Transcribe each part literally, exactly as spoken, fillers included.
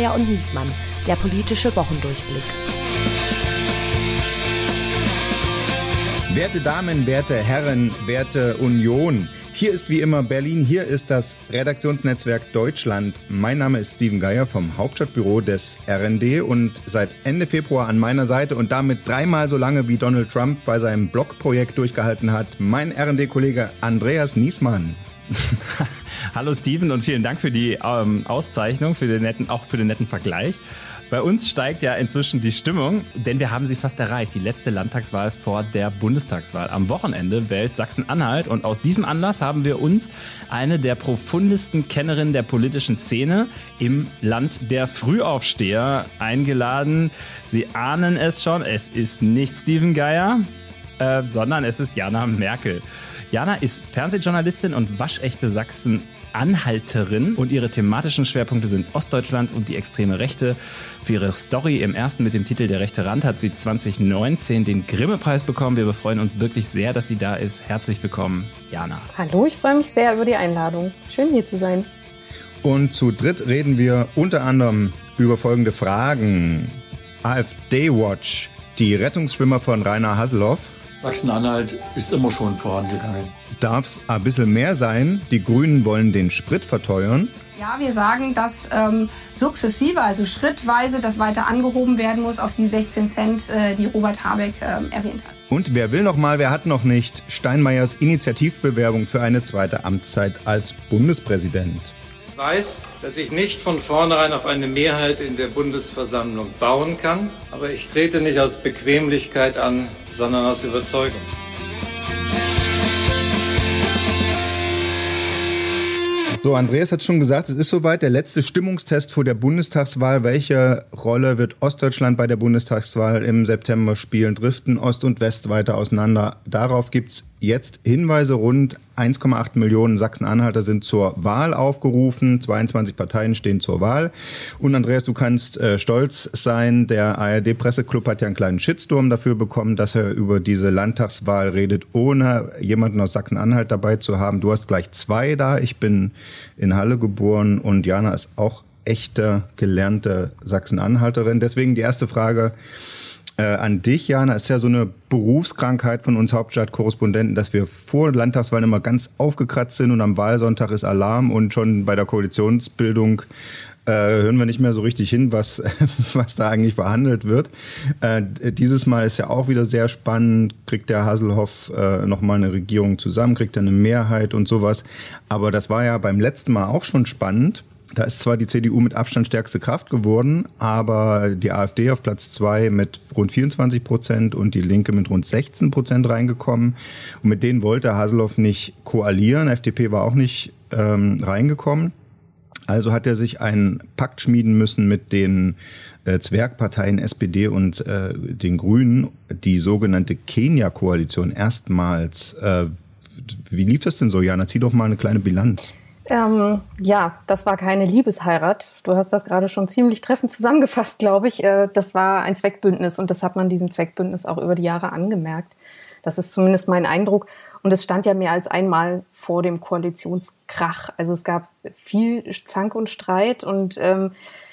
Geier und Niesmann, der politische Wochendurchblick. Werte Damen, werte Herren, werte Union. Hier ist wie immer Berlin, hier ist das Redaktionsnetzwerk Deutschland. Mein Name ist Steven Geier vom Hauptstadtbüro des R N D und seit Ende Februar an meiner Seite und damit dreimal so lange wie Donald Trump bei seinem Blogprojekt durchgehalten hat, mein R N D-Kollege Andreas Niesmann. Hallo Steven und vielen Dank für die ähm, Auszeichnung, für den netten, auch für den netten Vergleich. Bei uns steigt ja inzwischen die Stimmung, denn wir haben sie fast erreicht. Die letzte Landtagswahl vor der Bundestagswahl. Am Wochenende wählt Sachsen-Anhalt und aus diesem Anlass haben wir uns eine der profundesten Kennerinnen der politischen Szene im Land der Frühaufsteher eingeladen. Sie ahnen es schon, es ist nicht Steven Geier, äh, sondern es ist Jana Merkel. Jana ist Fernsehjournalistin und waschechte Sachsen-Anhalterin und ihre thematischen Schwerpunkte sind Ostdeutschland und die extreme Rechte. Für ihre Story im ersten mit dem Titel Der rechte Rand hat sie zwanzig neunzehn den Grimme-Preis bekommen. Wir freuen uns wirklich sehr, dass sie da ist. Herzlich willkommen, Jana. Hallo, ich freue mich sehr über die Einladung. Schön, hier zu sein. Und zu dritt reden wir unter anderem über folgende Fragen. AfD-Watch, die Rettungsschwimmer von Rainer Haseloff. Sachsen-Anhalt ist immer schon vorangegangen. Darf es ein bisschen mehr sein? Die Grünen wollen den Sprit verteuern. Ja, wir sagen, dass ähm, sukzessive, also schrittweise, das weiter angehoben werden muss auf die sechzehn Cent, äh, die Robert Habeck äh, erwähnt hat. Und wer will noch mal, wer hat noch nicht? Steinmeiers Initiativbewerbung für eine zweite Amtszeit als Bundespräsident. Ich weiß, dass ich nicht von vornherein auf eine Mehrheit in der Bundesversammlung bauen kann, aber ich trete nicht aus Bequemlichkeit an, sondern aus Überzeugung. So, Andreas hat schon gesagt, es ist soweit, der letzte Stimmungstest vor der Bundestagswahl. Welche Rolle wird Ostdeutschland bei der Bundestagswahl im September spielen? Driften Ost und West weiter auseinander? Darauf gibt's jetzt Hinweise. Rund eins Komma acht Millionen Sachsen-Anhalter sind zur Wahl aufgerufen. zweiundzwanzig Parteien stehen zur Wahl. Und Andreas, du kannst äh, stolz sein, der A R D-Presseclub hat ja einen kleinen Shitstorm dafür bekommen, dass er über diese Landtagswahl redet, ohne jemanden aus Sachsen-Anhalt dabei zu haben. Du hast gleich zwei da. Ich bin in Halle geboren und Jana ist auch echte, gelernte Sachsen-Anhalterin. Deswegen die erste Frage äh, an dich, Jana. Es ist ja so eine Berufskrankheit von uns Hauptstadtkorrespondenten, dass wir vor Landtagswahlen immer ganz aufgekratzt sind und am Wahlsonntag ist Alarm und schon bei der Koalitionsbildung äh, hören wir nicht mehr so richtig hin, was, was da eigentlich verhandelt wird. Äh, dieses Mal ist ja auch wieder sehr spannend. Kriegt der Haselhoff äh, nochmal eine Regierung zusammen, kriegt er eine Mehrheit und sowas. Aber das war ja beim letzten Mal auch schon spannend. Da ist zwar die C D U mit Abstand stärkste Kraft geworden, aber die AfD auf Platz zwei mit rund vierundzwanzig Prozent und die Linke mit rund sechzehn Prozent reingekommen. Und mit denen wollte Haseloff nicht koalieren. F D P war auch nicht ähm, reingekommen. Also hat er sich einen Pakt schmieden müssen mit den äh, Zwergparteien S P D und äh, den Grünen, die sogenannte Kenia-Koalition erstmals. Äh, wie lief das denn so, Jana? Zieh doch mal eine kleine Bilanz. Ähm, ja, das war keine Liebesheirat. Du hast das gerade schon ziemlich treffend zusammengefasst, glaube ich. Äh, das war ein Zweckbündnis und das hat man diesem Zweckbündnis auch über die Jahre angemerkt. Das ist zumindest mein Eindruck. Und es stand ja mehr als einmal vor dem Koalitionskrach. Also es gab viel Zank und Streit und ähm,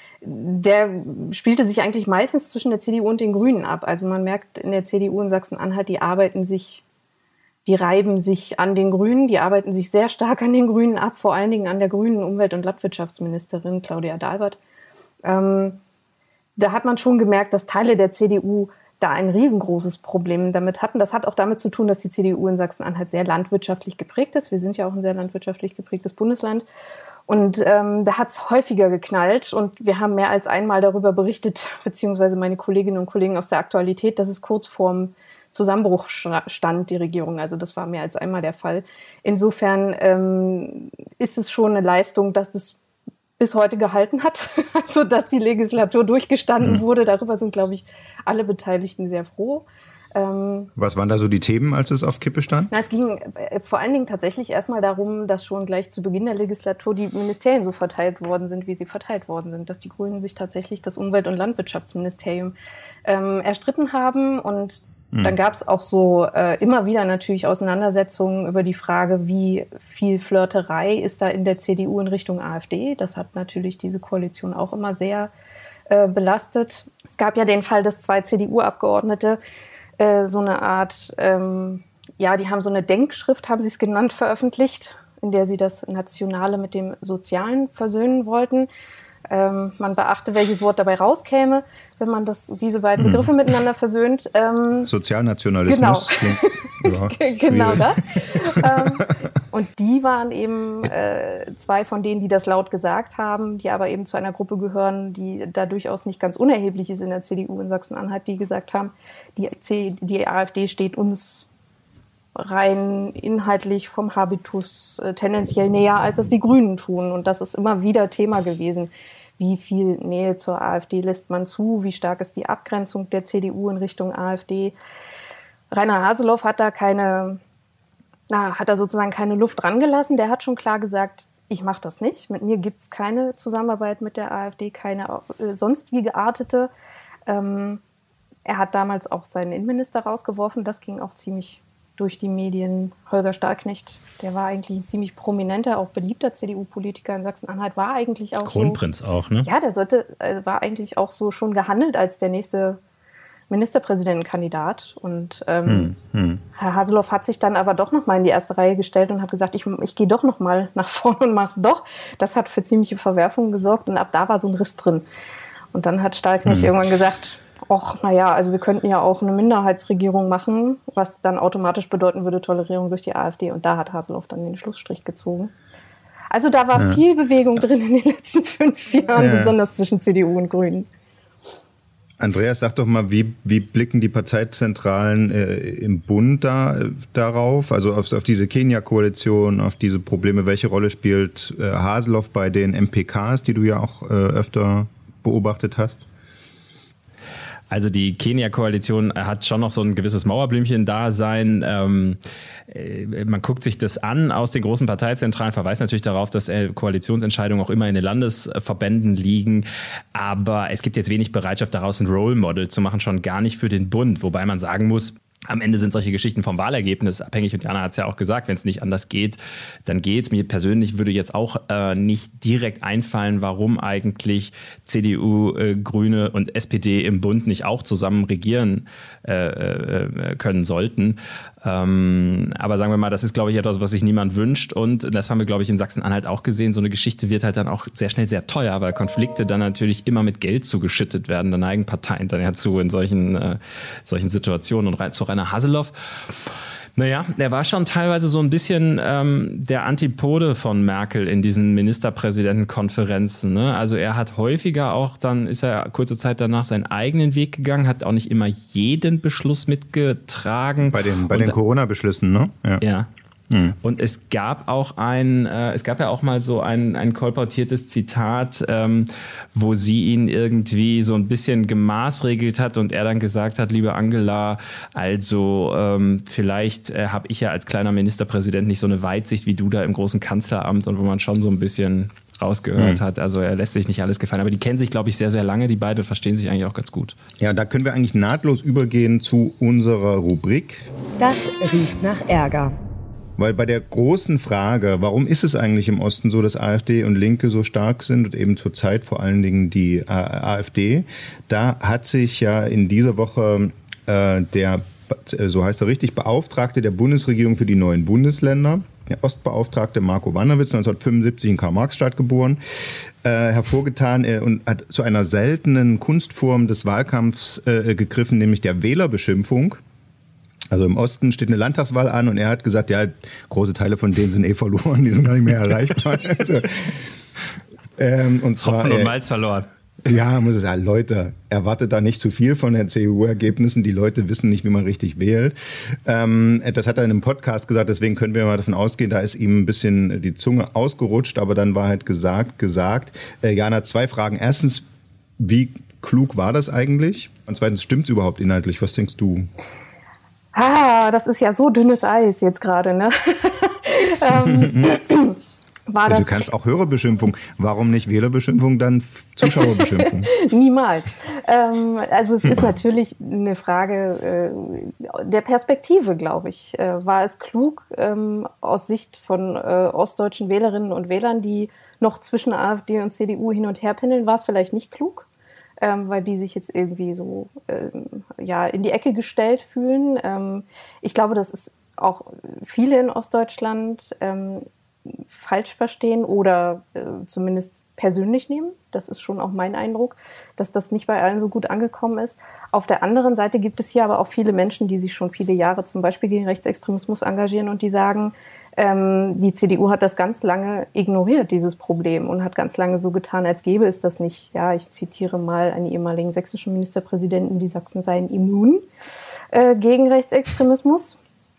der spielte sich eigentlich meistens zwischen der C D U und den Grünen ab. Also man merkt in der C D U in Sachsen-Anhalt, die arbeiten sich, die reiben sich an den Grünen, die arbeiten sich sehr stark an den Grünen ab, vor allen Dingen an der grünen Umwelt- und Landwirtschaftsministerin Claudia Dalbert. Ähm, da hat man schon gemerkt, dass Teile der C D U da ein riesengroßes Problem damit hatten. Das hat auch damit zu tun, dass die C D U in Sachsen-Anhalt sehr landwirtschaftlich geprägt ist. Wir sind ja auch ein sehr landwirtschaftlich geprägtes Bundesland. Und ähm, da hat es häufiger geknallt. Und wir haben mehr als einmal darüber berichtet, beziehungsweise meine Kolleginnen und Kollegen aus der Aktualität, dass es kurz vorm Zusammenbruch stand, die Regierung. Also das war mehr als einmal der Fall. Insofern ähm, ist es schon eine Leistung, dass es bis heute gehalten hat, also dass die Legislatur durchgestanden mhm. wurde. Darüber sind, glaube ich, alle Beteiligten sehr froh. Ähm, Was waren da so die Themen, als es auf Kippe stand? Na, es ging äh, vor allen Dingen tatsächlich erstmal darum, dass schon gleich zu Beginn der Legislatur die Ministerien so verteilt worden sind, wie sie verteilt worden sind. Dass die Grünen sich tatsächlich das Umwelt- und Landwirtschaftsministerium ähm, erstritten haben und Dann gab es auch so äh, immer wieder natürlich Auseinandersetzungen über die Frage, wie viel Flirterei ist da in der C D U in Richtung AfD. Das hat natürlich diese Koalition auch immer sehr äh, belastet. Es gab ja den Fall, dass zwei C D U-Abgeordnete äh, so eine Art, ähm, ja, die haben so eine Denkschrift, haben sie es genannt, veröffentlicht, in der sie das Nationale mit dem Sozialen versöhnen wollten. Ähm, man beachte, welches Wort dabei rauskäme, wenn man das, diese beiden Begriffe hm. miteinander versöhnt. Ähm, Sozialnationalismus. Genau, ja, genau das. ähm, und die waren eben äh, zwei von denen, die das laut gesagt haben, die aber eben zu einer Gruppe gehören, die da durchaus nicht ganz unerheblich ist in der C D U in Sachsen-Anhalt, die gesagt haben, die, C- die AfD steht uns rein inhaltlich vom Habitus äh, tendenziell näher, als es die Grünen tun. Und das ist immer wieder Thema gewesen. Wie viel Nähe zur AfD lässt man zu? Wie stark ist die Abgrenzung der C D U in Richtung AfD? Rainer Haseloff hat da keine, na, hat da sozusagen keine Luft dran gelassen. Der hat schon klar gesagt, ich mache das nicht. Mit mir gibt es keine Zusammenarbeit mit der AfD, keine äh, sonst wie geartete. Ähm, er hat damals auch seinen Innenminister rausgeworfen. Das ging auch ziemlich durch die Medien. Holger Stahlknecht, der war eigentlich ein ziemlich prominenter, auch beliebter C D U-Politiker in Sachsen-Anhalt, war eigentlich auch Kronprinz so, auch, ne? Ja, der sollte, war eigentlich auch so schon gehandelt als der nächste Ministerpräsidentenkandidat. Und ähm, hm, hm. Herr Haseloff hat sich dann aber doch noch mal in die erste Reihe gestellt und hat gesagt, ich, ich gehe doch noch mal nach vorne und mach's doch. Das hat für ziemliche Verwerfungen gesorgt und ab da war so ein Riss drin. Und dann hat Stahlknecht hm. irgendwann gesagt, ach, naja, also wir könnten ja auch eine Minderheitsregierung machen, was dann automatisch bedeuten würde, Tolerierung durch die AfD. Und da hat Haseloff dann den Schlussstrich gezogen. Also da war ja. viel Bewegung drin in den letzten fünf Jahren, ja. besonders zwischen C D U und Grünen. Andreas, sag doch mal, wie, wie blicken die Parteizentralen äh, im Bund da, äh, darauf? Also auf, auf diese Kenia-Koalition, auf diese Probleme. Welche Rolle spielt äh, Haseloff bei den M P Ks, die du ja auch äh, öfter beobachtet hast? Also die Kenia-Koalition hat schon noch so ein gewisses Mauerblümchen-Dasein. Ähm, äh, man guckt sich das an aus den großen Parteizentralen, verweist natürlich darauf, dass äh, Koalitionsentscheidungen auch immer in den Landesverbänden liegen. Aber es gibt jetzt wenig Bereitschaft, daraus ein Role Model zu machen, schon gar nicht für den Bund. Wobei man sagen muss, am Ende sind solche Geschichten vom Wahlergebnis abhängig und Jana hat es ja auch gesagt, wenn es nicht anders geht, dann geht's. Mir persönlich würde jetzt auch äh, nicht direkt einfallen, warum eigentlich C D U, äh, Grüne und S P D im Bund nicht auch zusammen regieren äh, äh, können sollten. Ähm, aber sagen wir mal, das ist, glaube ich, etwas, was sich niemand wünscht und das haben wir, glaube ich, in Sachsen-Anhalt auch gesehen. So eine Geschichte wird halt dann auch sehr schnell sehr teuer, weil Konflikte dann natürlich immer mit Geld zugeschüttet werden. Da neigen Parteien dann ja zu in solchen, äh, solchen Situationen und rein, zu Rainer Haseloff. Naja, der war schon teilweise so ein bisschen ähm, der Antipode von Merkel in diesen Ministerpräsidentenkonferenzen. Ne? Also er hat häufiger auch, dann ist er kurze Zeit danach seinen eigenen Weg gegangen, hat auch nicht immer jeden Beschluss mitgetragen. Bei den, bei den Corona-Beschlüssen, ne? Ja. ja. Hm. Und es gab auch ein, äh, es gab ja auch mal so ein, ein kolportiertes Zitat, ähm, wo sie ihn irgendwie so ein bisschen gemaßregelt hat und er dann gesagt hat, liebe Angela, also ähm, vielleicht äh, habe ich ja als kleiner Ministerpräsident nicht so eine Weitsicht wie du da im großen Kanzleramt und wo man schon so ein bisschen rausgehört hm. hat. Also er lässt sich nicht alles gefallen. Aber die kennen sich, glaube ich, sehr, sehr lange. Die beiden verstehen sich eigentlich auch ganz gut. Ja, da können wir eigentlich nahtlos übergehen zu unserer Rubrik. Das riecht nach Ärger. Weil bei der großen Frage, warum ist es eigentlich im Osten so, dass AfD und Linke so stark sind und eben zurzeit vor allen Dingen die AfD, da hat sich ja in dieser Woche äh, der, so heißt er richtig, Beauftragte der Bundesregierung für die neuen Bundesländer, der Ostbeauftragte Marco Wannerwitz, neunzehnhundertfünfundsiebzig in Karl-Marx-Stadt geboren, äh, hervorgetan äh, und hat zu einer seltenen Kunstform des Wahlkampfs äh, gegriffen, nämlich der Wählerbeschimpfung. Also im Osten steht eine Landtagswahl an und er hat gesagt, ja, große Teile von denen sind eh verloren, die sind gar nicht mehr erreichbar. Also, ähm, und zwar, Hopfen und Malz verloren. Ja, muss ich sagen, Leute, erwartet da nicht zu viel von den C D U-Ergebnissen. Die Leute wissen nicht, wie man richtig wählt. Ähm, das hat er in einem Podcast gesagt, deswegen können wir mal davon ausgehen, da ist ihm ein bisschen die Zunge ausgerutscht, aber dann war halt gesagt, gesagt. Äh, Jana, zwei Fragen. Erstens, wie klug war das eigentlich? Und zweitens, stimmt es überhaupt inhaltlich? Was denkst du? Ah, das ist ja so dünnes Eis jetzt gerade, ne? ähm, war also das... Du kannst auch Hörerbeschimpfung. Warum nicht Wählerbeschimpfung, dann Zuschauerbeschimpfung? Niemals. Ähm, also es ist natürlich eine Frage äh, der Perspektive, glaube ich. Äh, war es klug, ähm, aus Sicht von äh, ostdeutschen Wählerinnen und Wählern, die noch zwischen AfD und C D U hin und her pendeln, war es vielleicht nicht klug? Ähm, weil die sich jetzt irgendwie so ähm, ja, in die Ecke gestellt fühlen. Ähm, ich glaube, das ist auch viele in Ostdeutschland ähm, falsch verstehen oder äh, zumindest persönlich nehmen. Das ist schon auch mein Eindruck, dass das nicht bei allen so gut angekommen ist. Auf der anderen Seite gibt es hier aber auch viele Menschen, die sich schon viele Jahre zum Beispiel gegen Rechtsextremismus engagieren und die sagen, ähm, die C D U hat das ganz lange ignoriert, dieses Problem, und hat ganz lange so getan, als gäbe es das nicht. Ja, ich zitiere mal einen ehemaligen sächsischen Ministerpräsidenten, die Sachsen seien immun äh, gegen Rechtsextremismus.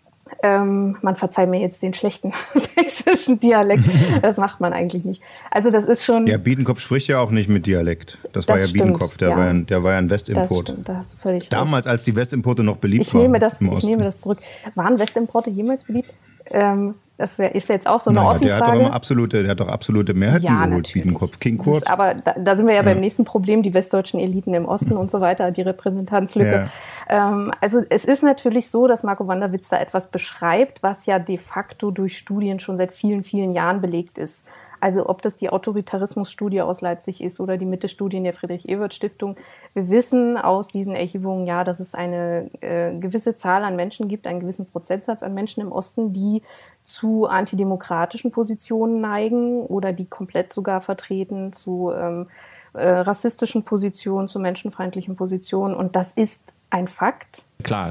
Ähm, man verzeiht mir jetzt den schlechten sächsischen Dialekt. Das macht man eigentlich nicht. Also das ist schon... Ja, Biedenkopf spricht ja auch nicht mit Dialekt. Das, das war ja stimmt, Biedenkopf, der, ja. war ja, der war ja ein Westimport. Das stimmt, da hast du völlig recht. Damals, als die Westimporte noch beliebt ich waren. Nehme das, im ich Osten. nehme das zurück. Waren Westimporte jemals beliebt? Ähm, das wär, ist jetzt auch so eine naja, Ossi-Frage. der hat doch immer absolute, der hat doch absolute Mehrheiten ja, geholt, natürlich. Biedenkopf. King Kurt. Ist, aber da, da sind wir ja, ja beim nächsten Problem, die westdeutschen Eliten im Osten und so weiter, die Repräsentanzlücke. Ja. Ähm, also es ist natürlich so, dass Marco Wanderwitz da etwas beschreibt, was ja de facto durch Studien schon seit vielen, vielen Jahren belegt ist. Also ob das die Autoritarismus-Studie aus Leipzig ist oder die Mitte-Studien der Friedrich-Ebert-Stiftung. Wir wissen aus diesen Erhebungen ja, dass es eine äh, gewisse Zahl an Menschen gibt, einen gewissen Prozentsatz an Menschen im Osten, die zu antidemokratischen Positionen neigen oder die komplett sogar vertreten zu ähm, äh, rassistischen Positionen, zu menschenfeindlichen Positionen. Und das ist ein Fakt. Klar,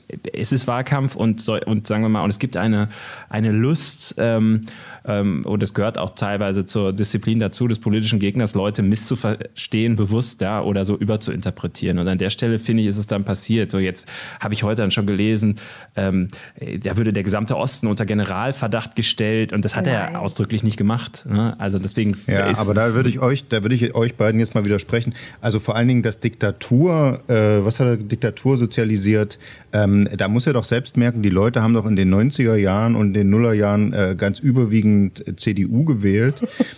es ist Wahlkampf und, so, und sagen wir mal, und es gibt eine, eine Lust, ähm, ähm, und es gehört auch teilweise zur Disziplin dazu, des politischen Gegners, Leute misszuverstehen, bewusst, ja, oder so überzuinterpretieren. Und an der Stelle, finde ich, ist es dann passiert. So, jetzt habe ich heute dann schon gelesen, ähm, da würde der gesamte Osten unter Generalverdacht gestellt, und das hat Nein. er ausdrücklich nicht gemacht. Ne? Also deswegen. Ja, ist aber da würde ich euch, da würde ich euch beiden jetzt mal widersprechen. Also vor allen Dingen, dass Diktatur, äh, was hat er, Diktatur sozialisiert? Ähm, da muss er doch selbst merken, die Leute haben doch in den neunziger Jahren und den Nullerjahren äh, ganz überwiegend C D U gewählt.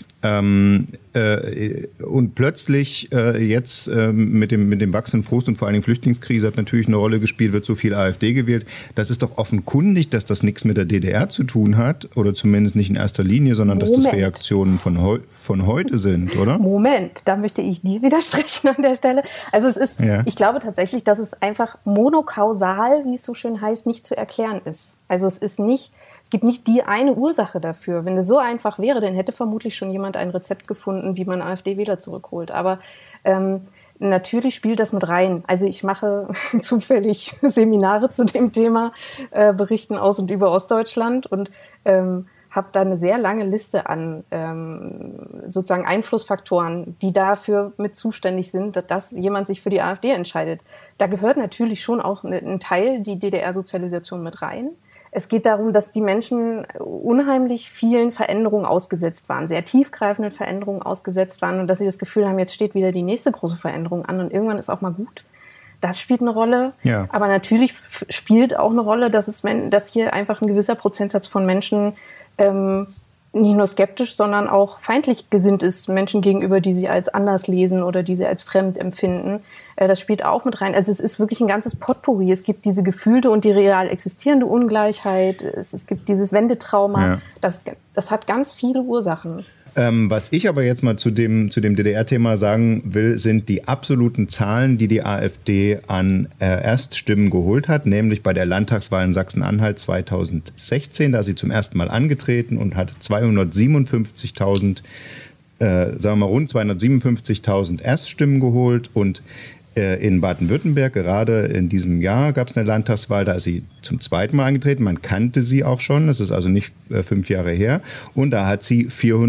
ähm, äh, und plötzlich äh, jetzt äh, mit dem, mit dem wachsenden Frust und vor allen Dingen Flüchtlingskrise hat natürlich eine Rolle gespielt, wird so viel AfD gewählt. Das ist doch offenkundig, dass das nichts mit der D D R zu tun hat, oder zumindest nicht in erster Linie, sondern Moment. dass das Reaktionen von, heu von heute sind, oder? Moment, da möchte ich dir widersprechen an der Stelle. Also es ist, ja. ich glaube tatsächlich, dass es einfach monokausal, wie es so schön heißt, nicht zu erklären ist. Also es ist nicht, es gibt nicht die eine Ursache dafür. Wenn es so einfach wäre, dann hätte vermutlich schon jemand ein Rezept gefunden, wie man AfD-Wähler zurückholt. Aber ähm, natürlich spielt das mit rein. Also ich mache zufällig Seminare zu dem Thema, äh, berichten aus und über Ostdeutschland und ähm, habe da eine sehr lange Liste an ähm, sozusagen Einflussfaktoren, die dafür mit zuständig sind, dass jemand sich für die AfD entscheidet. Da gehört natürlich schon auch ein Teil, die D D R-Sozialisation mit rein. Es geht darum, dass die Menschen unheimlich vielen Veränderungen ausgesetzt waren, sehr tiefgreifenden Veränderungen ausgesetzt waren und dass sie das Gefühl haben, jetzt steht wieder die nächste große Veränderung an und irgendwann ist auch mal gut. Das spielt eine Rolle. Ja. Aber natürlich spielt auch eine Rolle, dass, es, dass hier einfach ein gewisser Prozentsatz von Menschen ähm, nicht nur skeptisch, sondern auch feindlich gesinnt ist, Menschen gegenüber, die sie als anders lesen oder die sie als fremd empfinden. Äh, das spielt auch mit rein. Also es ist wirklich ein ganzes Potpourri. Es gibt diese gefühlte und die real existierende Ungleichheit. Es, es gibt dieses Wendetrauma. Ja. Das, das hat ganz viele Ursachen. Ähm, was ich aber jetzt mal zu dem, zu dem D D R-Thema sagen will, sind die absoluten Zahlen, die die AfD an äh, Erststimmen geholt hat, nämlich bei der Landtagswahl in Sachsen-Anhalt zweitausendsechzehn, da ist sie zum ersten Mal angetreten und hat zweihundertsiebenundfünfzigtausend, äh, sagen wir mal rund zweihundertsiebenundfünfzigtausend Erststimmen geholt, und in Baden-Württemberg, gerade in diesem Jahr, gab es eine Landtagswahl, da ist sie zum zweiten Mal angetreten. Man kannte sie auch schon, das ist also nicht äh, fünf Jahre her. Und da hat sie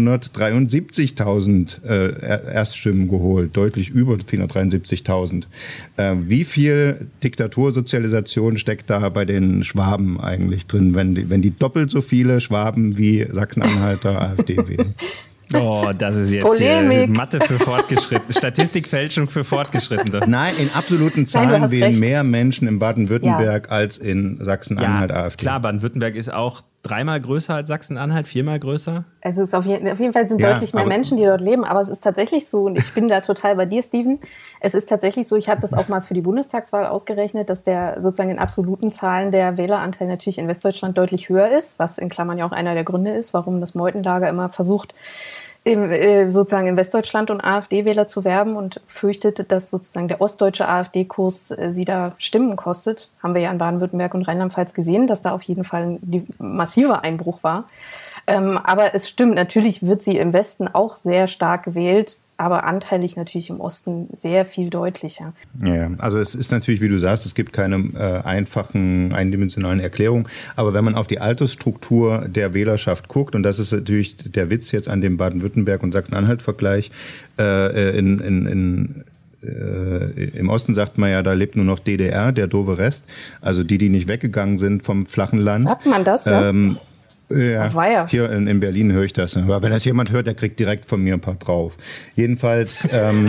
vierhundertdreiundsiebzigtausend äh, Erststimmen geholt, deutlich über vierhundertdreiundsiebzigtausend. Äh, wie viel Diktatursozialisation steckt da bei den Schwaben eigentlich drin, wenn die, wenn die doppelt so viele Schwaben wie Sachsen-Anhalter AfD wählen? Oh, das ist jetzt Polemik. Hier Mathe für Fortgeschrittene, Statistikfälschung für Fortgeschrittene. Nein, in absoluten Zahlen Nein, wählen mehr Menschen in Baden-Württemberg ja. als in Sachsen-Anhalt ja, AfD. Klar, Baden-Württemberg ist auch dreimal größer als Sachsen-Anhalt, viermal größer? Also es ist auf, jeden, auf jeden Fall sind Ja, deutlich mehr aber- Menschen, die dort leben, aber es ist tatsächlich so, und ich bin da total bei dir, Steven, es ist tatsächlich so, ich hatte das auch mal für die Bundestagswahl ausgerechnet, dass der sozusagen in absoluten Zahlen der Wähleranteil natürlich in Westdeutschland deutlich höher ist, was in Klammern ja auch einer der Gründe ist, warum das Meutenlager immer versucht, im, äh, sozusagen in Westdeutschland und AfD-Wähler zu werben und fürchtet, dass sozusagen der ostdeutsche AfD-Kurs äh, sie da Stimmen kostet. Haben wir ja in Baden-Württemberg und Rheinland-Pfalz gesehen, dass da auf jeden Fall ein die, massiver Einbruch war. Ähm, aber es stimmt, natürlich wird sie im Westen auch sehr stark gewählt, aber anteilig natürlich im Osten sehr viel deutlicher. Ja, also es ist natürlich, wie du sagst, es gibt keine äh, einfachen, eindimensionalen Erklärungen. Aber wenn man auf die Altersstruktur der Wählerschaft guckt, und das ist natürlich der Witz jetzt an dem Baden-Württemberg- und Sachsen-Anhalt-Vergleich, äh, in, in, in äh, im Osten sagt man ja, da lebt nur noch D D R, der doofe Rest. Also die, die nicht weggegangen sind vom flachen Land. Sagt man das, ja? Ähm, Ja, Ach, weia. hier in, in Berlin höre ich das. Aber wenn das jemand hört, der kriegt direkt von mir ein paar drauf. Jedenfalls, ähm,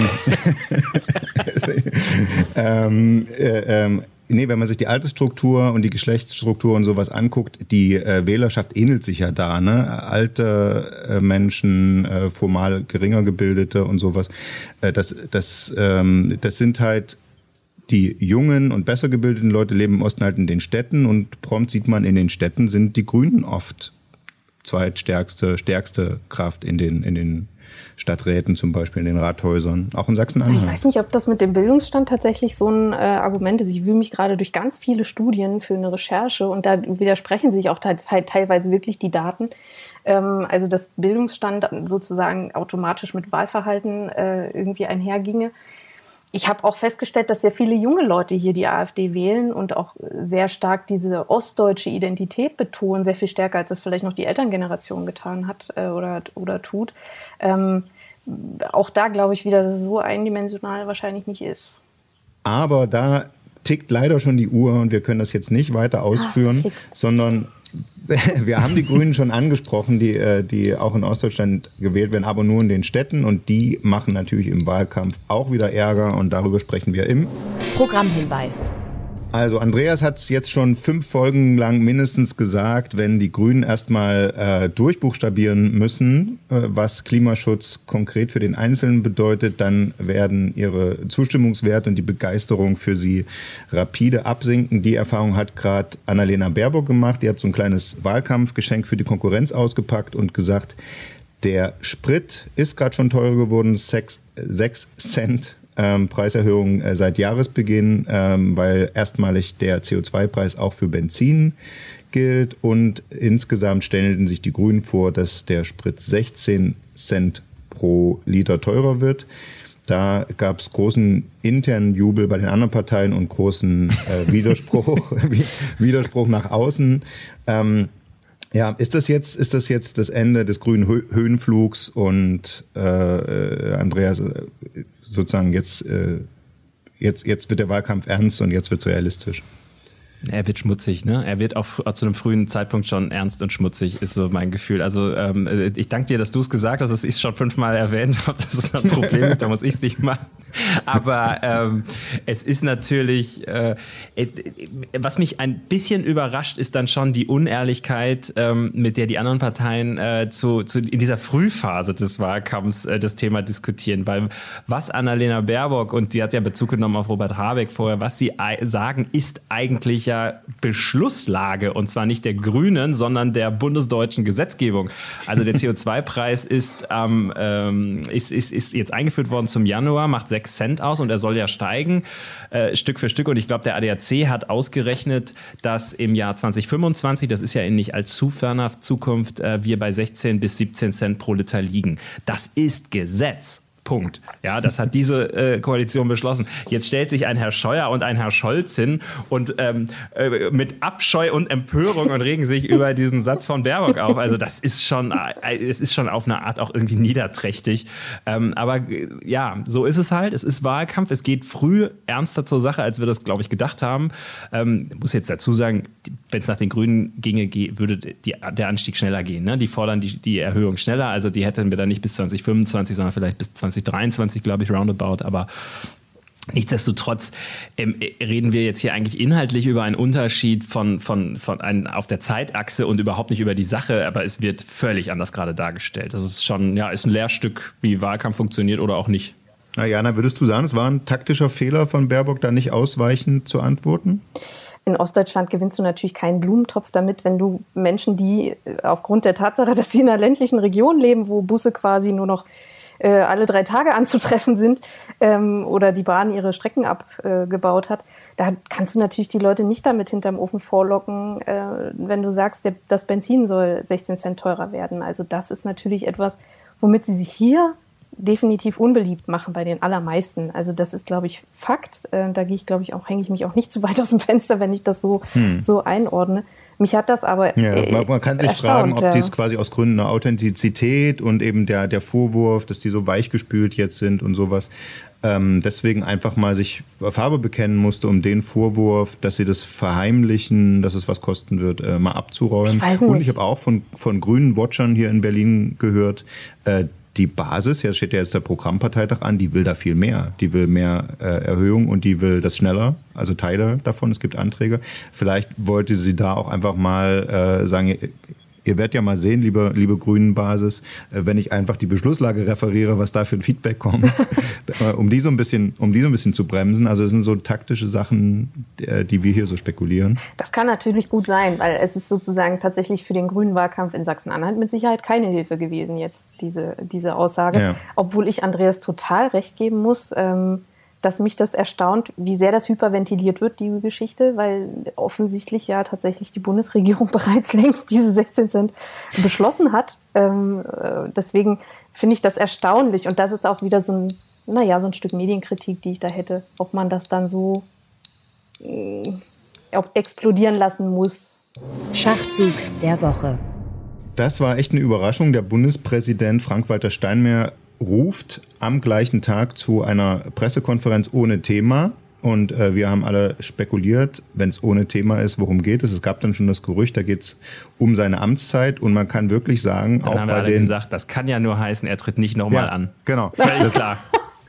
ähm, äh, ähm, nee, wenn man sich die Altersstruktur und die Geschlechtsstruktur und sowas anguckt, die äh, Wählerschaft ähnelt sich ja da, ne? Alte äh, Menschen, äh, formal geringer gebildete und sowas. Äh, das, das, ähm, das sind halt die jungen und besser gebildeten Leute leben im Osten halt in den Städten, und prompt sieht man, in den Städten sind die Grünen oft zweitstärkste, stärkste Kraft in den, in den Stadträten, zum Beispiel in den Rathäusern, auch in Sachsen-Anhalt. Ich weiß nicht, ob das mit dem Bildungsstand tatsächlich so ein äh, Argument ist. Ich wühle mich gerade durch ganz viele Studien für eine Recherche, und da widersprechen sich auch te- teilweise wirklich die Daten. Ähm, also dass Bildungsstand sozusagen automatisch mit Wahlverhalten äh, irgendwie einherginge. Ich habe auch festgestellt, dass sehr viele junge Leute hier die AfD wählen und auch sehr stark diese ostdeutsche Identität betonen, sehr viel stärker, als das vielleicht noch die Elterngeneration getan hat äh, oder, oder tut. Ähm, auch da glaube ich wieder, dass es so eindimensional wahrscheinlich nicht ist. Aber da tickt leider schon die Uhr, und wir können das jetzt nicht weiter ausführen, Ach, sondern wir haben die Grünen schon angesprochen, die, die auch in Ostdeutschland gewählt werden, aber nur in den Städten, und die machen natürlich im Wahlkampf auch wieder Ärger, und darüber sprechen wir im Programmhinweis. Also Andreas hat es jetzt schon fünf Folgen lang mindestens gesagt, wenn die Grünen erstmal äh, durchbuchstabieren müssen, äh, was Klimaschutz konkret für den Einzelnen bedeutet, dann werden ihre Zustimmungswerte und die Begeisterung für sie rapide absinken. Die Erfahrung hat gerade Annalena Baerbock gemacht. Die hat so ein kleines Wahlkampfgeschenk für die Konkurrenz ausgepackt und gesagt, der Sprit ist gerade schon teurer geworden, sechs, sechs Cent Ähm, Preiserhöhung äh, seit Jahresbeginn, ähm, weil erstmalig der C O zwei Preis auch für Benzin gilt, und insgesamt stellen sich die Grünen vor, dass der Sprit sechzehn Cent pro Liter teurer wird. Da gab es großen internen Jubel bei den anderen Parteien und großen äh, Widerspruch, Widerspruch nach außen. Ähm, Ja, ist das jetzt, ist das jetzt das Ende des grünen Hö- Höhenflugs, und äh, Andreas, äh, sozusagen jetzt, äh, jetzt, jetzt wird der Wahlkampf ernst und jetzt wird es realistisch? Er wird schmutzig, ne? Er wird auch zu einem frühen Zeitpunkt schon ernst und schmutzig, ist so mein Gefühl. Also ähm, ich danke dir, dass du es gesagt hast, dass ich es schon fünfmal erwähnt habe, das ist ein Problem, da muss ich es nicht machen. Aber ähm, es ist natürlich, äh, es, was mich ein bisschen überrascht, ist dann schon die Unehrlichkeit, ähm, mit der die anderen Parteien äh, zu, zu in dieser Frühphase des Wahlkampfs äh, das Thema diskutieren. Weil was Annalena Baerbock, und die hat ja Bezug genommen auf Robert Habeck vorher, was sie sagen, ist eigentlich ja Beschlusslage, und zwar nicht der Grünen, sondern der bundesdeutschen Gesetzgebung. Also der C O zwei Preis ist, ähm, ist, ist, ist jetzt eingeführt worden zum Januar, macht sechs Cent aus, und er soll ja steigen, äh, Stück für Stück. Und ich glaube, der A D A C hat ausgerechnet, dass im Jahr zwanzig fünfundzwanzig, das ist ja in nicht allzu ferner Zukunft, äh, wir bei sechzehn bis siebzehn Cent pro Liter liegen. Das ist Gesetz. Punkt. Ja, das hat diese äh, Koalition beschlossen. Jetzt stellt sich ein Herr Scheuer und ein Herr Scholz hin und ähm, äh, mit Abscheu und Empörung und regen sich über diesen Satz von Baerbock auf. Also das ist schon, äh, es ist schon auf eine Art auch irgendwie niederträchtig. Ähm, aber äh, ja, so ist es halt. Es ist Wahlkampf. Es geht früh ernster zur Sache, als wir das, glaube ich, gedacht haben. Ähm, ich muss jetzt dazu sagen, wenn es nach den Grünen ginge, würde die, der Anstieg schneller gehen. Ne? Die fordern die, die Erhöhung schneller. Also die hätten wir dann nicht bis zwanzig fünfundzwanzig, sondern vielleicht bis zwanzig dreiundzwanzig, glaube ich, roundabout. Aber Nichtsdestotrotz ähm, reden wir jetzt hier eigentlich inhaltlich über einen Unterschied von, von, von einem auf der Zeitachse und überhaupt nicht über die Sache, aber es wird völlig anders gerade dargestellt. Das ist schon, ja, ist ein Lehrstück, wie Wahlkampf funktioniert oder auch nicht. Na Jana, würdest du sagen, es war ein taktischer Fehler von Baerbock, da nicht ausweichend zu antworten? In Ostdeutschland gewinnst du natürlich keinen Blumentopf damit, wenn du Menschen, die aufgrund der Tatsache, dass sie in einer ländlichen Region leben, wo Busse quasi nur noch äh, alle drei Tage anzutreffen sind ähm, oder die Bahn ihre Strecken abgebaut äh, hat, da kannst du natürlich die Leute nicht damit hinterm Ofen vorlocken, äh, wenn du sagst, der, das Benzin soll sechzehn Cent teurer werden. Also das ist natürlich etwas, womit sie sich hier definitiv unbeliebt machen bei den allermeisten. Also das ist, glaube ich, Fakt. Äh, da gehe ich, glaube ich, auch, hänge ich mich auch nicht zu weit aus dem Fenster, wenn ich das so, hm. so einordne. Mich hat das aber ja, äh, man kann sich fragen, ob ja. dies quasi aus Gründen der Authentizität und eben der, der Vorwurf, dass die so weichgespült jetzt sind und sowas, ähm, deswegen einfach mal sich Farbe bekennen musste, um den Vorwurf, dass sie das verheimlichen, dass es was kosten wird, äh, mal abzuräumen. Ich weiß nicht. Und ich habe auch von, von grünen Watchern hier in Berlin gehört, äh, die Basis, jetzt steht ja jetzt der Programmparteitag an, die will da viel mehr. Die will mehr äh, Erhöhung und die will das schneller, also Teile davon, es gibt Anträge. Vielleicht wollte sie da auch einfach mal äh, sagen, ihr, ihr werdet ja mal sehen, liebe, liebe Grünen-Basis, äh, wenn ich einfach die Beschlusslage referiere, was da für ein Feedback kommt, um die so ein bisschen, um die so ein bisschen zu bremsen. Also es sind so taktische Sachen, die wir hier so spekulieren. Das kann natürlich gut sein, weil es ist sozusagen tatsächlich für den grünen Wahlkampf in Sachsen-Anhalt mit Sicherheit keine Hilfe gewesen jetzt, diese, diese Aussage. Ja. Obwohl ich Andreas total recht geben muss, ähm, dass mich das erstaunt, wie sehr das hyperventiliert wird, die Geschichte, weil offensichtlich ja tatsächlich die Bundesregierung bereits längst diese sechzehn Cent beschlossen hat. Ähm, äh, deswegen finde ich das erstaunlich. Und das ist auch wieder so ein, naja, so ein Stück Medienkritik, die ich da hätte, ob man das dann so äh, explodieren lassen muss. Schachzug der Woche. Das war echt eine Überraschung. Der Bundespräsident Frank-Walter Steinmeier ruft am gleichen Tag zu einer Pressekonferenz ohne Thema. Und äh, wir haben alle spekuliert, wenn es ohne Thema ist, worum geht es. Es gab dann schon das Gerücht, da geht es um seine Amtszeit. Und man kann wirklich sagen, dann auch haben wir bei alle den gesagt, das kann ja nur heißen, er tritt nicht nochmal ja, an. Genau. Völlig klar.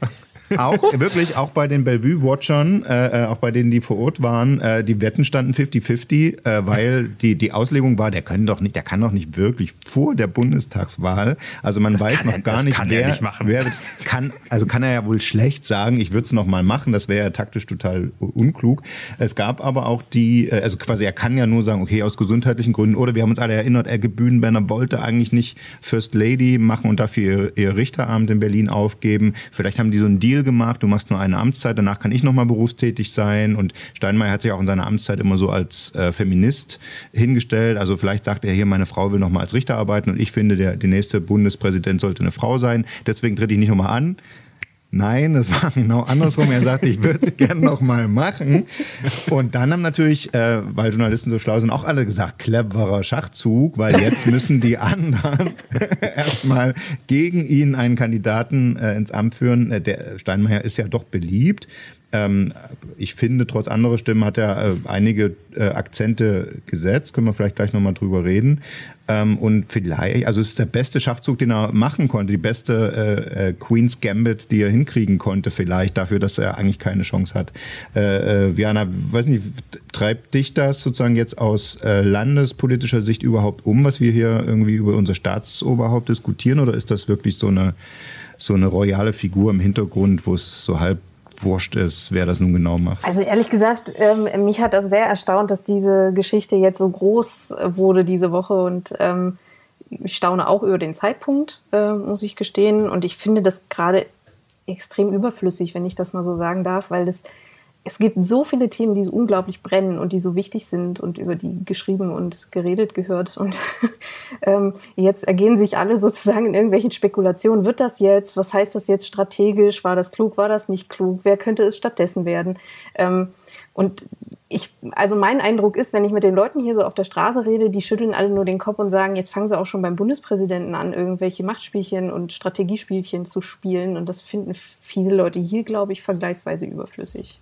Auch, wirklich, auch bei den Bellevue-Watchern, äh, auch bei denen, die vor Ort waren, äh, die Wetten standen fifty fifty, äh, weil die, die Auslegung war, der kann doch nicht, der kann doch nicht wirklich vor der Bundestagswahl, also man das weiß noch er, gar nicht, wer, nicht wer kann, also kann er ja wohl schlecht sagen, ich würde es noch mal machen, das wäre ja taktisch total unklug. Es gab aber auch die, also quasi, er kann ja nur sagen, okay, aus gesundheitlichen Gründen, oder wir haben uns alle erinnert, Elke Bühnenberner wollte eigentlich nicht First Lady machen und dafür ihr, ihr Richteramt in Berlin aufgeben. Vielleicht haben die so einen Deal gemacht, du machst nur eine Amtszeit, danach kann ich nochmal berufstätig sein, und Steinmeier hat sich auch in seiner Amtszeit immer so als äh, Feminist hingestellt, also vielleicht sagt er hier, meine Frau will nochmal als Richter arbeiten und ich finde, der, der nächste Bundespräsident sollte eine Frau sein, deswegen trete ich nicht nochmal an. Nein, das war genau andersrum. Er sagte, ich würde es gerne noch mal machen. Und dann haben natürlich, äh, weil Journalisten so schlau sind, auch alle gesagt, cleverer Schachzug, weil jetzt müssen die anderen erstmal gegen ihn einen Kandidaten äh, ins Amt führen. Äh, der Steinmeier ist ja doch beliebt. Ähm, ich finde, trotz anderer Stimmen hat er äh, einige äh, Akzente gesetzt. Können wir vielleicht gleich nochmal drüber reden. Ähm, und vielleicht, also es ist der beste Schachzug, den er machen konnte, die beste äh, äh, Queen's Gambit, die er hinkriegen konnte, vielleicht dafür, dass er eigentlich keine Chance hat. Äh, äh, Jana, weiß nicht, treibt dich das sozusagen jetzt aus äh, landespolitischer Sicht überhaupt um, was wir hier irgendwie über unser Staatsoberhaupt diskutieren, oder ist das wirklich so eine so eine royale Figur im Hintergrund, wo es so halb wurscht ist, wer das nun genau macht? Also ehrlich gesagt, ähm, mich hat das sehr erstaunt, dass diese Geschichte jetzt so groß wurde diese Woche, und ähm, ich staune auch über den Zeitpunkt, äh, muss ich gestehen, und ich finde das gerade extrem überflüssig, wenn ich das mal so sagen darf, weil das, es gibt so viele Themen, die so unglaublich brennen und die so wichtig sind und über die geschrieben und geredet gehört, und ähm, jetzt ergehen sich alle sozusagen in irgendwelchen Spekulationen. Wird das jetzt? Was heißt das jetzt strategisch? War das klug? War das nicht klug? Wer könnte es stattdessen werden? Ähm, und ich, also mein Eindruck ist, wenn ich mit den Leuten hier so auf der Straße rede, die schütteln alle nur den Kopf und sagen, jetzt fangen sie auch schon beim Bundespräsidenten an, irgendwelche Machtspielchen und Strategiespielchen zu spielen, und das finden viele Leute hier, glaube ich, vergleichsweise überflüssig.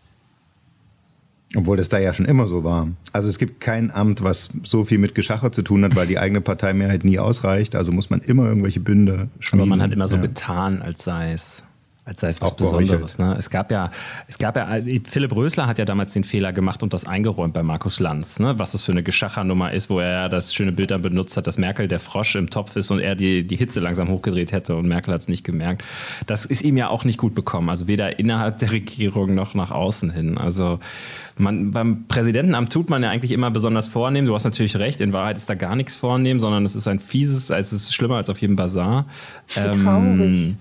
Obwohl das da ja schon immer so war. Also es gibt kein Amt, was so viel mit Geschacher zu tun hat, weil die eigene Parteimehrheit nie ausreicht. Also muss man immer irgendwelche Bünde schmieden. Aber man hat immer so ja. getan, als sei es. Als sei es was Besonderes. Ne? Es gab ja, es gab ja, Philipp Rösler hat ja damals den Fehler gemacht und das eingeräumt bei Markus Lanz, ne? Was das für eine Geschachernummer ist, wo er ja das schöne Bild dann benutzt hat, dass Merkel der Frosch im Topf ist und er die, die Hitze langsam hochgedreht hätte und Merkel hat es nicht gemerkt. Das ist ihm ja auch nicht gut bekommen, also weder innerhalb der Regierung noch nach außen hin. Also man, beim Präsidentenamt tut man ja eigentlich immer besonders vornehm. Du hast natürlich recht, in Wahrheit ist da gar nichts vornehm, sondern es ist ein fieses, es ist schlimmer als auf jedem Bazar. Wie traurig. Ähm,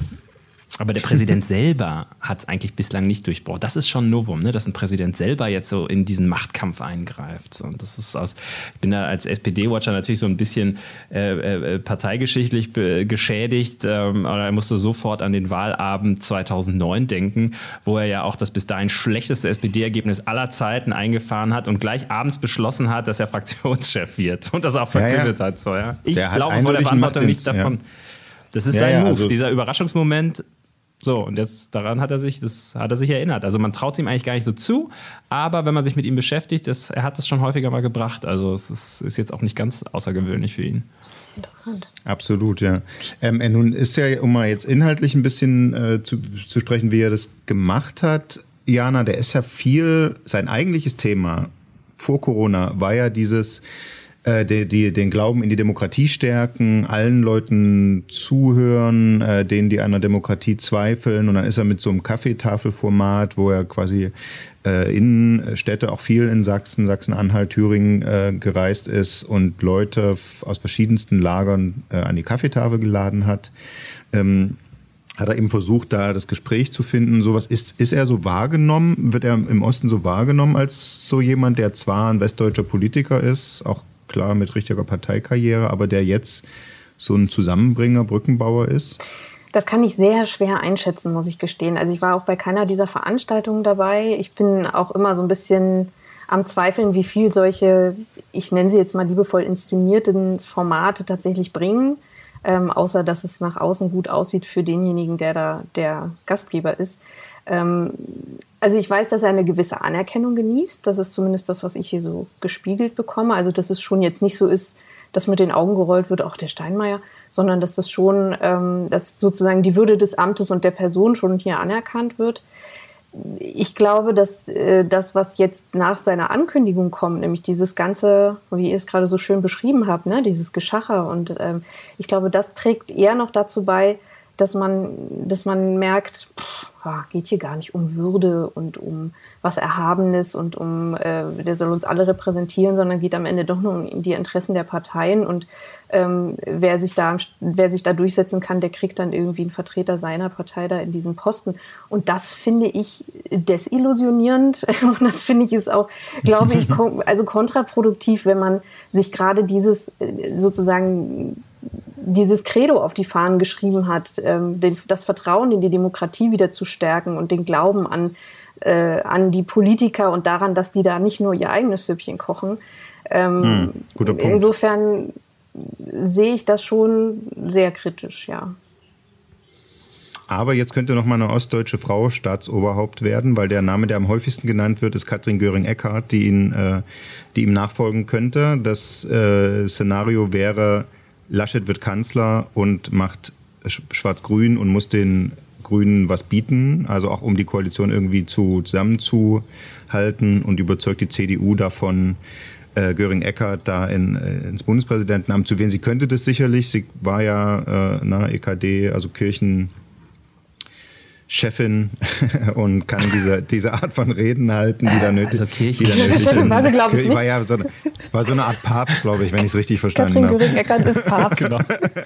Aber der Präsident selber hat es eigentlich bislang nicht durchbrochen. Das ist schon ein Novum, ne? Dass ein Präsident selber jetzt so in diesen Machtkampf eingreift. Und das ist aus, ich bin da als S P D-Watcher natürlich so ein bisschen äh, äh, parteigeschichtlich be- geschädigt. Ähm, aber er musste sofort an den Wahlabend zweitausendneun denken, wo er ja auch das bis dahin schlechteste S P D-Ergebnis aller Zeiten eingefahren hat und gleich abends beschlossen hat, dass er Fraktionschef wird und das auch verkündet ja, ja. hat. So, ja. Ich der glaube vor der Verantwortung nicht davon. Ja. Das ist ja, sein ja, Move, also dieser Überraschungsmoment. So, und jetzt daran hat er sich, das hat er sich erinnert. Also man traut es ihm eigentlich gar nicht so zu, aber wenn man sich mit ihm beschäftigt, das, er hat es schon häufiger mal gebracht. Also es ist, ist jetzt auch nicht ganz außergewöhnlich für ihn. Interessant. Absolut, ja. Ähm, nun ist ja, um mal jetzt inhaltlich ein bisschen äh, zu, zu sprechen, wie er das gemacht hat, Jana, der ist ja viel, sein eigentliches Thema vor Corona war ja dieses Die, die, den Glauben in die Demokratie stärken, allen Leuten zuhören, äh, denen, die an der Demokratie zweifeln. Und dann ist er mit so einem Kaffeetafelformat, wo er quasi äh, in Städte, auch viel in Sachsen, Sachsen-Anhalt, Thüringen äh, gereist ist und Leute f- aus verschiedensten Lagern äh, an die Kaffeetafel geladen hat. Ähm, hat er eben versucht, da das Gespräch zu finden. Sowas ist, ist er so wahrgenommen? Wird er im Osten so wahrgenommen als so jemand, der zwar ein westdeutscher Politiker ist, auch klar mit richtiger Parteikarriere, aber der jetzt so ein Zusammenbringer, Brückenbauer ist? Das kann ich sehr schwer einschätzen, muss ich gestehen. Also ich war auch bei keiner dieser Veranstaltungen dabei. Ich bin auch immer so ein bisschen am Zweifeln, wie viel solche, ich nenne sie jetzt mal liebevoll inszenierten Formate tatsächlich bringen. Ähm, außer, dass es nach außen gut aussieht für denjenigen, der da der Gastgeber ist. Ähm, also ich weiß, dass er eine gewisse Anerkennung genießt. Das ist zumindest das, was ich hier so gespiegelt bekomme. Also dass es schon jetzt nicht so ist, dass mit den Augen gerollt wird, auch der Steinmeier, sondern dass das schon, ähm, dass sozusagen die Würde des Amtes und der Person schon hier anerkannt wird. Ich glaube, dass äh, das, was jetzt nach seiner Ankündigung kommt, nämlich dieses ganze, wie ihr es gerade so schön beschrieben habt, ne, dieses Geschacher, und ähm, ich glaube, das trägt eher noch dazu bei, dass man, dass man merkt, pff, geht hier gar nicht um Würde und um was Erhabenes und um, äh, der soll uns alle repräsentieren, sondern geht am Ende doch nur um die Interessen der Parteien, und ähm, wer sich da, wer sich da durchsetzen kann, der kriegt dann irgendwie einen Vertreter seiner Partei da in diesen Posten. Und das finde ich desillusionierend, und das finde ich ist auch, glaube ich, kon- also kontraproduktiv, wenn man sich gerade dieses sozusagen dieses Credo auf die Fahnen geschrieben hat, ähm, den, das Vertrauen in die Demokratie wieder zu stärken und den Glauben an, äh, an die Politiker und daran, dass die da nicht nur ihr eigenes Süppchen kochen. Ähm, hm, guter Punkt. Insofern sehe ich das schon sehr kritisch, ja. Aber jetzt könnte noch mal eine ostdeutsche Frau Staatsoberhaupt werden, weil der Name, der am häufigsten genannt wird, ist Katrin Göring-Eckardt, die, ihn, äh, die ihm nachfolgen könnte. Das äh, Szenario wäre, Laschet wird Kanzler und macht Schwarz-Grün und muss den Grünen was bieten, also auch um die Koalition irgendwie zu, zusammenzuhalten, und überzeugt die C D U davon, äh, Göring-Eckardt da in, äh, ins Bundespräsidentenamt zu wählen. Sie könnte das sicherlich, sie war ja äh, na, E K D, also Kirchen... Chefin und kann diese, diese Art von Reden halten, die da nötig, also die da nötig sind. War sie, glaube ich, war ja so eine, war so eine Art Papst, glaube ich, wenn ich es richtig verstanden habe. Katrin Göring-Eckardt ist Papst. Genau.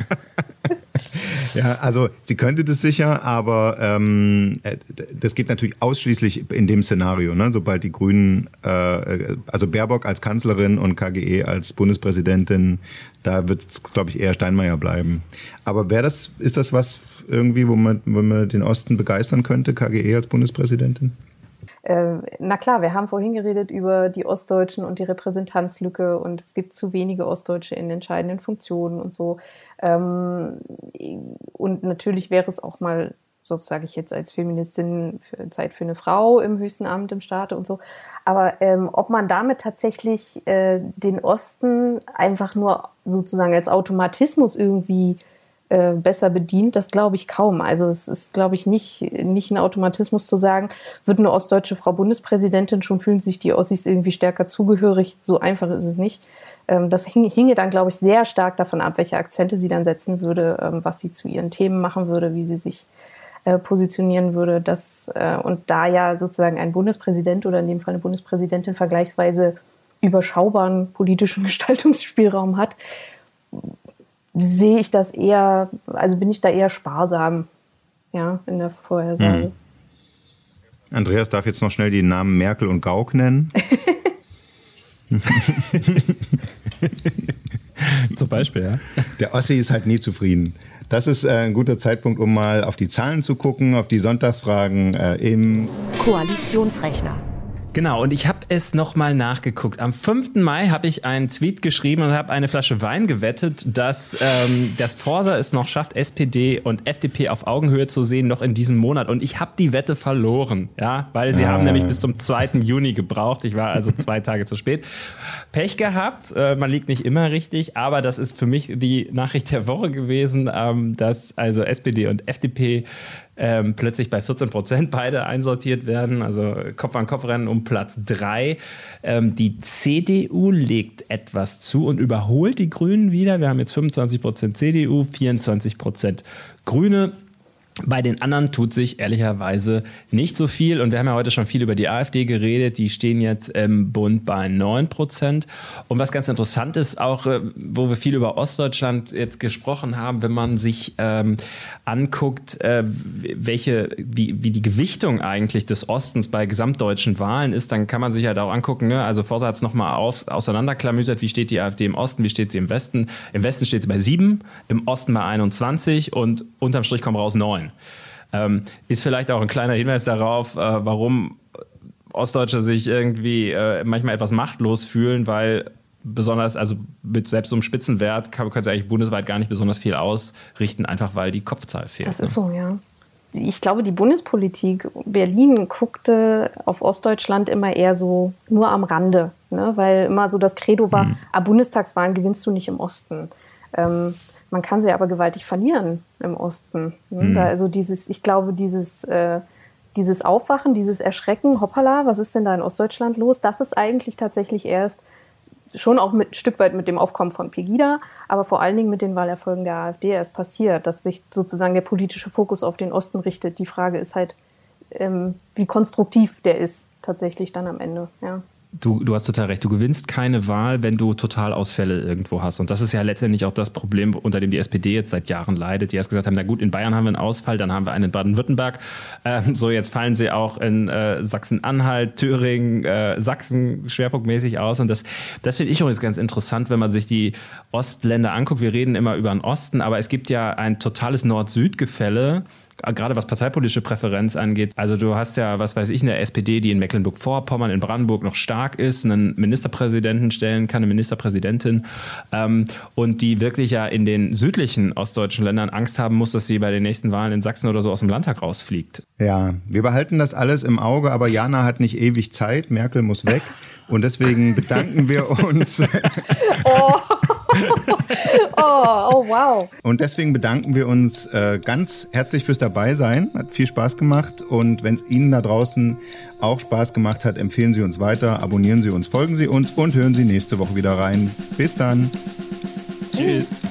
Ja, also sie könnte das sicher, aber ähm, das geht natürlich ausschließlich in dem Szenario, ne? Sobald die Grünen, äh, also Baerbock als Kanzlerin und K G E als Bundespräsidentin, da wird es, glaube ich, eher Steinmeier bleiben. Aber wäre das, ist das was irgendwie, wo man, wo man den Osten begeistern könnte, K G E als Bundespräsidentin? Äh, na klar, wir haben vorhin geredet über die Ostdeutschen und die Repräsentanzlücke, und es gibt zu wenige Ostdeutsche in entscheidenden Funktionen und so. Ähm, und natürlich wäre es auch mal, so sage ich jetzt als Feministin, für Zeit für eine Frau im höchsten Amt im Staate und so. Aber ähm, ob man damit tatsächlich äh, den Osten einfach nur sozusagen als Automatismus irgendwie äh, besser bedient? Das glaube ich kaum. Also es ist, glaube ich, nicht, nicht ein Automatismus zu sagen, wird eine ostdeutsche Frau Bundespräsidentin, schon fühlen sich die Ossis irgendwie stärker zugehörig. So einfach ist es nicht. Ähm, das hing, hinge dann, glaube ich, sehr stark davon ab, welche Akzente sie dann setzen würde, ähm, was sie zu ihren Themen machen würde, wie sie sich äh, positionieren würde. Das, äh, und da ja sozusagen ein Bundespräsident oder in dem Fall eine Bundespräsidentin vergleichsweise überschaubaren politischen Gestaltungsspielraum hat, sehe ich das eher, also bin ich da eher sparsam, ja, in der Vorhersage. Hm. Andreas darf jetzt noch schnell die Namen Merkel und Gauck nennen. Zum Beispiel, ja. Der Ossi ist halt nie zufrieden. Das ist äh, ein guter Zeitpunkt, um mal auf die Zahlen zu gucken, auf die Sonntagsfragen äh, im Koalitionsrechner. Genau, und ich habe es nochmal nachgeguckt. Am fünften Mai habe ich einen Tweet geschrieben und habe eine Flasche Wein gewettet, dass ähm, das Forsa es noch schafft, S P D und F D P auf Augenhöhe zu sehen, noch in diesem Monat. Und ich habe die Wette verloren, ja, weil sie ah. haben nämlich bis zum zweiten Juni gebraucht. Ich war also zwei Tage zu spät. Pech gehabt, äh, man liegt nicht immer richtig, aber das ist für mich die Nachricht der Woche gewesen, ähm, dass also S P D und F D P Ähm, plötzlich bei vierzehn Prozent beide einsortiert werden, also Kopf-an-Kopf-Rennen um Platz drei. Ähm, die C D U legt etwas zu und überholt die Grünen wieder. Wir haben jetzt fünfundzwanzig Prozent C D U, vierundzwanzig Prozent Grüne. Bei den anderen tut sich ehrlicherweise nicht so viel. Und wir haben ja heute schon viel über die AfD geredet. Die stehen jetzt im Bund bei neun Prozent. Und was ganz interessant ist, auch wo wir viel über Ostdeutschland jetzt gesprochen haben, wenn man sich ähm, anguckt, äh, welche, wie, wie die Gewichtung eigentlich des Ostens bei gesamtdeutschen Wahlen ist, dann kann man sich halt auch angucken, ne? Also Forsa hat es nochmal auseinanderklamüsert, wie steht die AfD im Osten, wie steht sie im Westen. Im Westen steht sie bei sieben, im Osten bei einundzwanzig und unterm Strich kommen raus neun. Ähm, ist vielleicht auch ein kleiner Hinweis darauf, äh, warum Ostdeutsche sich irgendwie äh, manchmal etwas machtlos fühlen, weil besonders, also mit selbst so einem Spitzenwert kann, können sie eigentlich bundesweit gar nicht besonders viel ausrichten, einfach weil die Kopfzahl fehlt. Das ist so, ja. Ich glaube, die Bundespolitik Berlin guckte auf Ostdeutschland immer eher so nur am Rande, ne? Weil immer so das Credo war, mhm. ah, Bundestagswahlen gewinnst du nicht im Osten. Ähm, Man kann sie aber gewaltig verlieren im Osten. Mhm. Da also dieses, ich glaube, dieses, äh, dieses Aufwachen, dieses Erschrecken, hoppala, was ist denn da in Ostdeutschland los? Das ist eigentlich tatsächlich erst schon auch mit, ein Stück weit mit dem Aufkommen von Pegida, aber vor allen Dingen mit den Wahlerfolgen der AfD erst passiert, dass sich sozusagen der politische Fokus auf den Osten richtet. Die Frage ist halt, ähm, wie konstruktiv der ist tatsächlich dann am Ende, ja. Du, du hast total recht. Du gewinnst keine Wahl, wenn du Totalausfälle irgendwo hast. Und das ist ja letztendlich auch das Problem, unter dem die S P D jetzt seit Jahren leidet. Die erst gesagt haben, na gut, in Bayern haben wir einen Ausfall, dann haben wir einen in Baden-Württemberg. Ähm, so, jetzt fallen sie auch in äh, Sachsen-Anhalt, Thüringen, äh, Sachsen schwerpunktmäßig aus. Und das, das finde ich übrigens ganz interessant, wenn man sich die Ostländer anguckt. Wir reden immer über den Osten, aber es gibt ja ein totales Nord-Süd-Gefälle, gerade was parteipolitische Präferenz angeht. Also du hast ja, was weiß ich, eine S P D, die in Mecklenburg-Vorpommern, in Brandenburg noch stark ist, einen Ministerpräsidenten stellen kann, eine Ministerpräsidentin, ähm, und die wirklich ja in den südlichen ostdeutschen Ländern Angst haben muss, dass sie bei den nächsten Wahlen in Sachsen oder so aus dem Landtag rausfliegt. Ja, wir behalten das alles im Auge, aber Jana hat nicht ewig Zeit, Merkel muss weg und deswegen bedanken wir uns. Oh. oh, oh, wow. Und deswegen bedanken wir uns äh, ganz herzlich fürs Dabeisein. Hat viel Spaß gemacht. Und wenn es Ihnen da draußen auch Spaß gemacht hat, empfehlen Sie uns weiter, abonnieren Sie uns, folgen Sie uns und hören Sie nächste Woche wieder rein. Bis dann. Tschüss.